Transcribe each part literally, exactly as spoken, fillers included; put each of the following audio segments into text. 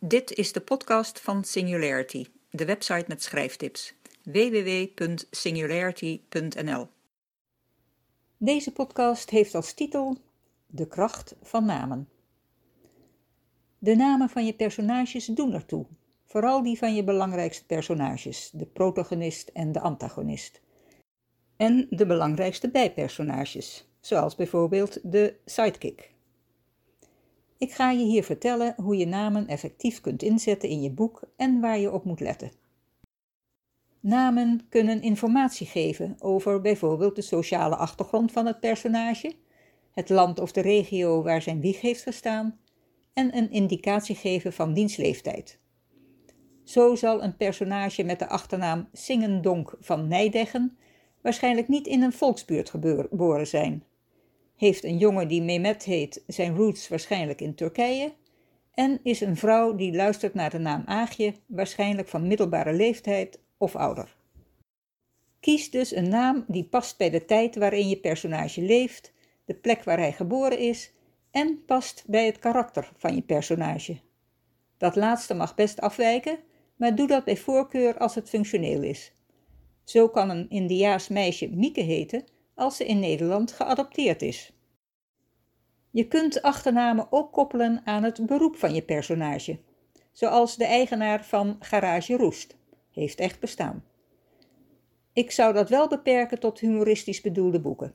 Dit is de podcast van Singularity, de website met schrijftips. w w w punt singularity punt n l. Deze podcast heeft als titel De kracht van namen. De namen van je personages doen ertoe, vooral die van je belangrijkste personages, de protagonist en de antagonist. En de belangrijkste bijpersonages, zoals bijvoorbeeld de sidekick. Ik ga je hier vertellen hoe je namen effectief kunt inzetten in je boek en waar je op moet letten. Namen kunnen informatie geven over bijvoorbeeld de sociale achtergrond van het personage, het land of de regio waar zijn wieg heeft gestaan en een indicatie geven van diens leeftijd. Zo zal een personage met de achternaam Singendonk van Nijdeggen waarschijnlijk niet in een volksbuurt geboren zijn. Heeft een jongen die Mehmet heet zijn roots waarschijnlijk in Turkije en is een vrouw die luistert naar de naam Aagje waarschijnlijk van middelbare leeftijd of ouder. Kies dus een naam die past bij de tijd waarin je personage leeft, de plek waar hij geboren is en past bij het karakter van je personage. Dat laatste mag best afwijken, maar doe dat bij voorkeur als het functioneel is. Zo kan een Indiaas meisje Mieke heten als ze in Nederland geadopteerd is. Je kunt achternamen ook koppelen aan het beroep van je personage, zoals de eigenaar van Garage Roest, heeft echt bestaan. Ik zou dat wel beperken tot humoristisch bedoelde boeken.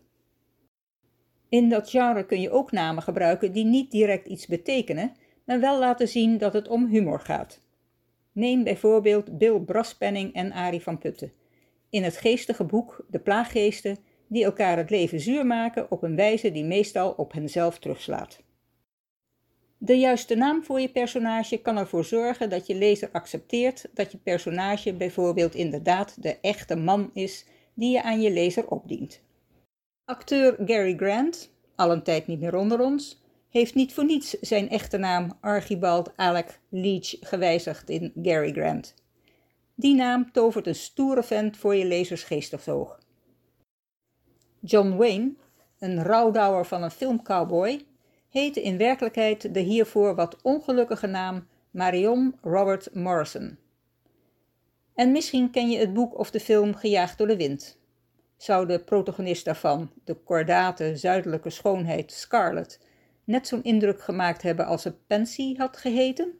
In dat genre kun je ook namen gebruiken die niet direct iets betekenen, maar wel laten zien dat het om humor gaat. Neem bijvoorbeeld Bill Braspenning en Arie van Putten. In het geestige boek De Plaaggeesten, die elkaar het leven zuur maken op een wijze die meestal op henzelf terugslaat. De juiste naam voor je personage kan ervoor zorgen dat je lezer accepteert dat je personage bijvoorbeeld inderdaad de echte man is die je aan je lezer opdient. Acteur Gary Grant, al een tijd niet meer onder ons, heeft niet voor niets zijn echte naam Archibald Alec Leach gewijzigd in Gary Grant. Die naam tovert een stoere vent voor je lezers geestigsoog. John Wayne, een rouwdouwer van een filmcowboy, heette in werkelijkheid de hiervoor wat ongelukkige naam Marion Robert Morrison. En misschien ken je het boek of de film Gejaagd door de wind. Zou de protagonist daarvan, de kordate zuidelijke schoonheid Scarlett, net zo'n indruk gemaakt hebben als ze Pansy had geheten?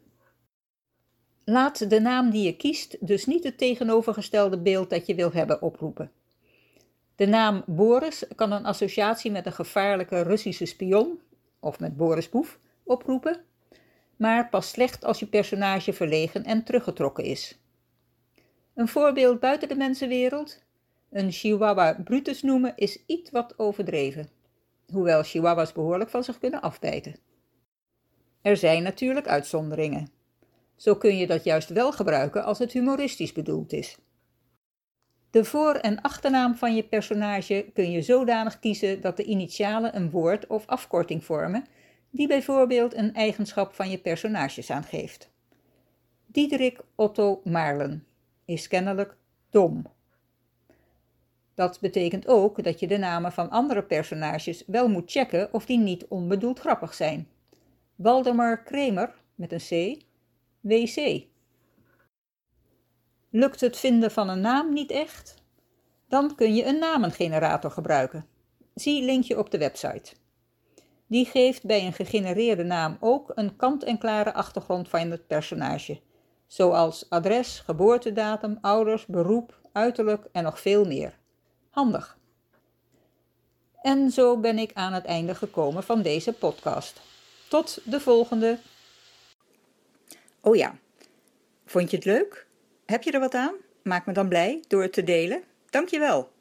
Laat de naam die je kiest dus niet het tegenovergestelde beeld dat je wil hebben oproepen. De naam Boris kan een associatie met een gevaarlijke Russische spion, of met Boris Boef, oproepen, maar pas slecht als je personage verlegen en teruggetrokken is. Een voorbeeld buiten de mensenwereld? Een chihuahua Brutus noemen is iets wat overdreven, hoewel chihuahuas behoorlijk van zich kunnen afbijten. Er zijn natuurlijk uitzonderingen. Zo kun je dat juist wel gebruiken als het humoristisch bedoeld is. De voor- en achternaam van je personage kun je zodanig kiezen dat de initialen een woord of afkorting vormen, die bijvoorbeeld een eigenschap van je personages aangeeft. Diederik Otto Maarlen is kennelijk dom. Dat betekent ook dat je de namen van andere personages wel moet checken of die niet onbedoeld grappig zijn. Waldemar Kremer, met een C, W C. Lukt het vinden van een naam niet echt? Dan kun je een namengenerator gebruiken. Zie linkje op de website. Die geeft bij een gegenereerde naam ook een kant-en-klare achtergrond van het personage, zoals adres, geboortedatum, ouders, beroep, uiterlijk en nog veel meer. Handig. En zo ben ik aan het einde gekomen van deze podcast. Tot de volgende. Oh ja, vond je het leuk? Heb je er wat aan? Maak me dan blij door het te delen. Dank je wel.